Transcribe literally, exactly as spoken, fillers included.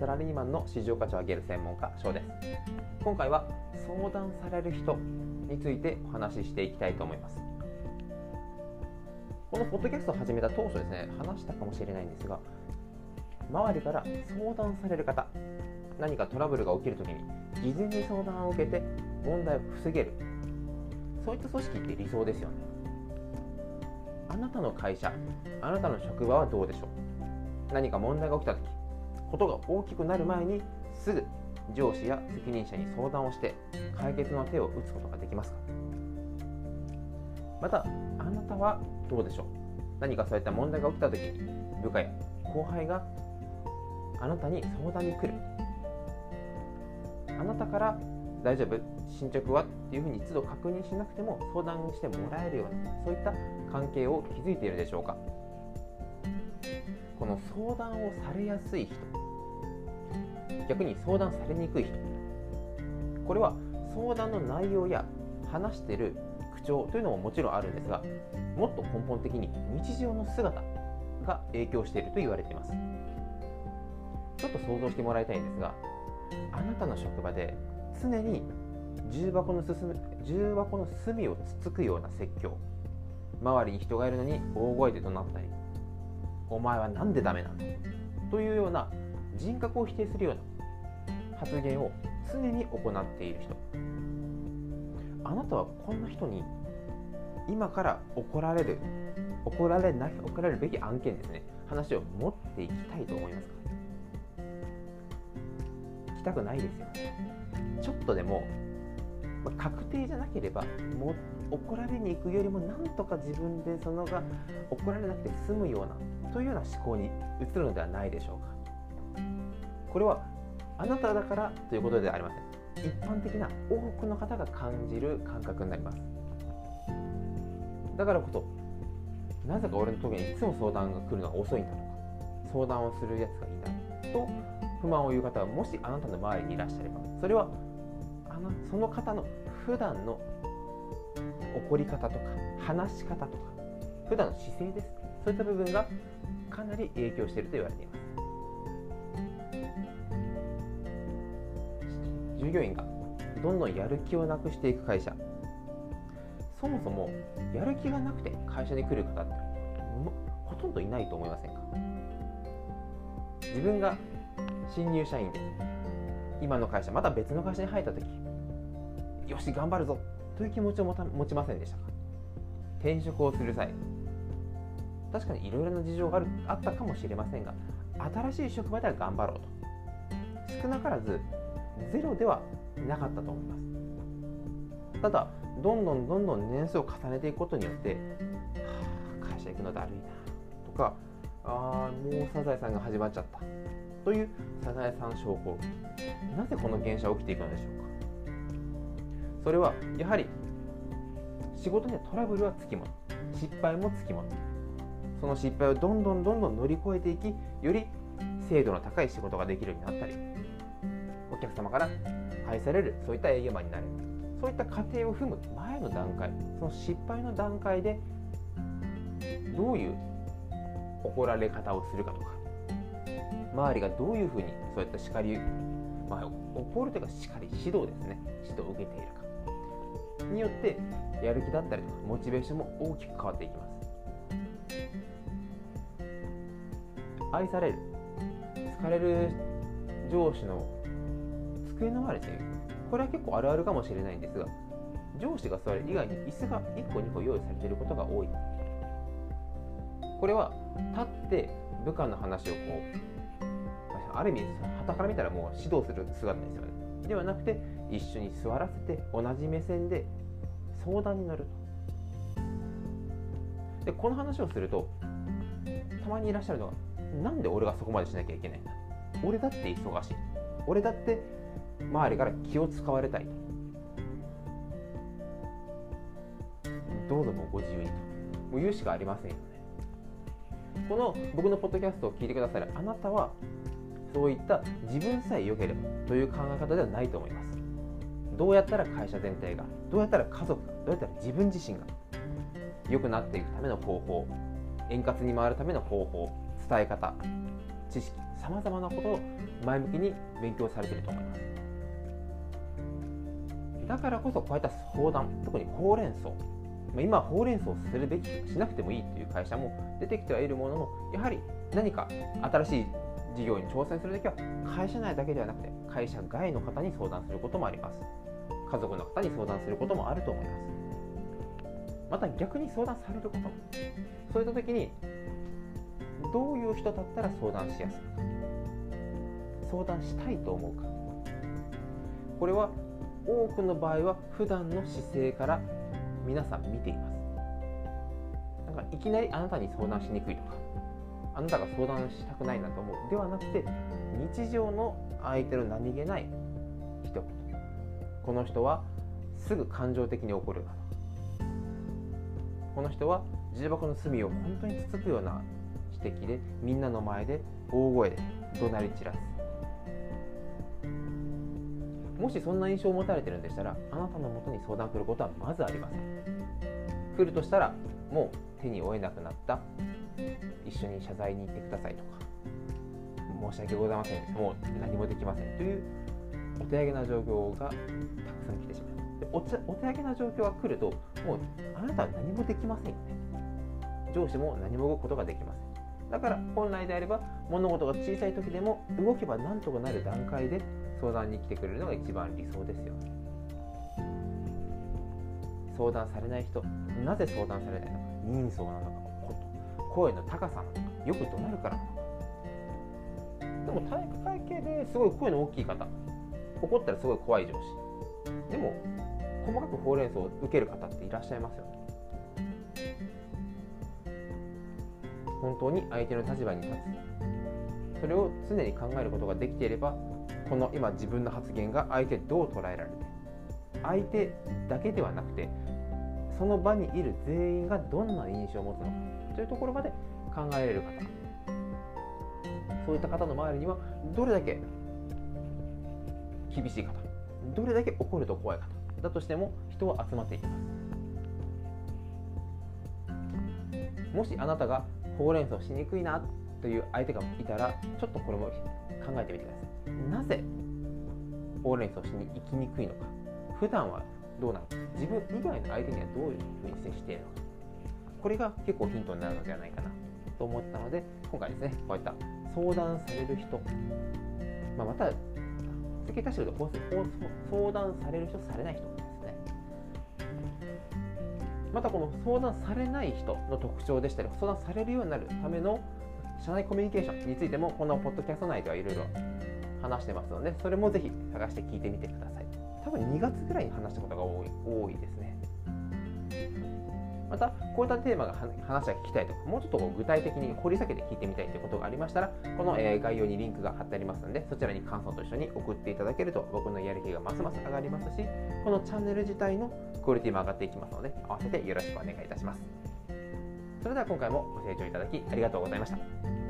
サラリーマンの市場価値を上げる専門家翔です。今回は相談される人についてお話ししていきたいと思います。このポッドキャストを始めた当初ですね、話したかもしれないんですが、周りから相談される方、何かトラブルが起きるときに事前に相談を受けて問題を防げる、そういった組織って理想ですよね。あなたの会社、あなたの職場はどうでしょう。何か問題が起きたとき、ことが大きくなる前にすぐ上司や責任者に相談をして解決の手を打つことができますか。またあなたはどうでしょう。何かそういった問題が起きたときに部下や後輩があなたに相談に来る、あなたから大丈夫、進捗はっていうふうに一度確認しなくても相談してもらえるような、そういった関係を築いているでしょうか。この相談をされやすい人、逆に相談されにくい人、これは相談の内容や話している口調というのももちろんあるんですが、もっと根本的に日常の姿が影響していると言われています。ちょっと想像してもらいたいんですが、あなたの職場で常に重箱の進む重箱の隅をつつくような説教、周りに人がいるのに大声で怒鳴ったり、お前はなんでダメなのというような人格を否定するような発言を常に行っている人、あなたはこんな人に今から怒られる怒られない怒られるべき案件ですね、話を持っていきたいと思いますか。聞きたくないですよね。ちょっとでも、まあ、確定じゃなければもう怒られに行くよりもなんとか自分でそのが怒られなくて済むようなというような思考に移るのではないでしょうか。これはあなただからということではありません。一般的な多くの方が感じる感覚になります。だからこそ、なぜか俺の時にいつも相談が来るのが遅いんだとか、相談をするやつがいないと不満を言う方はもしあなたの周りにいらっしゃれば、それはあのその方の普段の怒り方とか話し方とか普段の姿勢です。そういった部分がかなり影響していると言われています。従業員がどんどんやる気をなくしていく会社、そもそもやる気がなくて会社に来る方ってほとんどいないと思いませんか。自分が新入社員で今の会社また別の会社に入った時、よし頑張るぞという気持ちを持た持ちませんでしたか。転職をする際、確かにいろいろな事情があるあったかもしれませんが、新しい職場では頑張ろうと、少なからずゼロではなかったと思います。ただどんどんどんどん年数を重ねていくことによって、はあ、会社行くのだるいなとか、あーもうサザエさんが始まっちゃったというサザエさん症候群、なぜこの現象が起きていくのでしょうか。それはやはり仕事にはトラブルはつきもの、失敗もつきもの、その失敗をどんどんどんどん乗り越えていき、より精度の高い仕事ができるようになったり、お客様から愛されるそういった営業マンになる、そういった過程を踏む前の段階、その失敗の段階でどういう怒られ方をするかとか、周りがどういうふうにそういった叱り、まあ、怒るというか叱り指導ですね、指導を受けているかによってやる気だったりとかモチベーションも大きく変わっていきます。愛される、好かれる上司の机の周りですね、これは結構あるあるかもしれないんですが、上司が座る以外に椅子がいっこにこ用意されていることが多い。これは立って部下の話をこう、ある意味傍から見たらもう指導する姿ですよね。ではなくて一緒に座らせて同じ目線で相談に乗ると。でこの話をするとたまにいらっしゃるのが、なんで俺がそこまでしなきゃいけないんだ、俺だって忙しい、俺だって周りから気を使われたいと、どうぞもうご自由にと、もう言うしかありませんよね。この僕のポッドキャストを聞いてくださるあなたは、そういった自分さえ良ければという考え方ではないと思います。どうやったら会社全体が、どうやったら家族が、どうやったら自分自身が良くなっていくための方法、円滑に回るための方法、伝え方、 知識、さまざまなことを前向きに勉強されていると思います。だからこそこういった相談、特にほうれん草、今ほうれん草をするべき、しなくてもいいという会社も出てきてはいるものの、やはり何か新しい事業に挑戦するときは会社内だけではなくて会社外の方に相談することもあります。家族の方に相談することもあると思います。また逆に相談されることも、そういったときにどういう人だったら相談しやすいか、相談したいと思うか、これは多くの場合は普段の姿勢から皆さん見ています。なんかいきなりあなたに相談しにくいとか、あなたが相談したくないなと思うではなくて、日常の相手の何気ない一言、この人はすぐ感情的に怒るな、この人は重箱の隅を本当につつくような指摘でみんなの前で大声で怒鳴り散らす。もしそんな印象を持たれているんでしたら、あなたのもとに相談来ることはまずありません。来るとしたら、もう手に負えなくなった、一緒に謝罪に行ってくださいとか、申し訳ございません、もう何もできませんというお手上げな状況がたくさん来てしまう。で お, お手上げな状況が来ると、もうあなたは何もできませんよね。上司も何も動くことができません。だから本来であれば、物事が小さい時でも動けばなんとかなる段階で相談に来てくれるのが一番理想ですよ。相談されない人、なぜ相談されないのか、人相なのか、声の高さなのか、よく怒鳴るからなのか。でも体育会系ですごい声の大きい方、怒ったらすごい怖い上司、でも細かくほうれん草を受ける方っていらっしゃいますよね。本当に相手の立場に立つ、それを常に考えることができていれば、この今自分の発言が相手どう捉えられて、相手だけではなくてその場にいる全員がどんな印象を持つのかというところまで考えられる方、そういった方の周りにはどれだけ厳しい方、どれだけ怒ると怖い方だとしても人は集まっていきます。もしあなたがほうれん草しにくいなという相手がいたら、ちょっとこれも考えてみてください。なぜほうれん草しに行きにくいのか、普段はどうなのか、自分以外の相手にはどういうふうに接しているのか、これが結構ヒントになるのではないかなと思ったので、今回ですね、こういった相談される人、まあ、また付け足してると相談される人、されない人ですね。またこの相談されない人の特徴でしたり、相談されるようになるための社内コミュニケーションについても、このポッドキャスト内ではいろいろ話してますので、それもぜひ探して聞いてみてください。多分にがつぐらいに話したことが多い、多いですね。またこういったテーマが話が聞きたいとか、もうちょっと具体的に掘り下げて聞いてみたいということがありましたら、この概要にリンクが貼ってありますので、そちらに感想と一緒に送っていただけると僕のやる気がますます上がりますし、このチャンネル自体のクオリティも上がっていきますので、合わせてよろしくお願いいたします。それでは今回もご清聴いただきありがとうございました。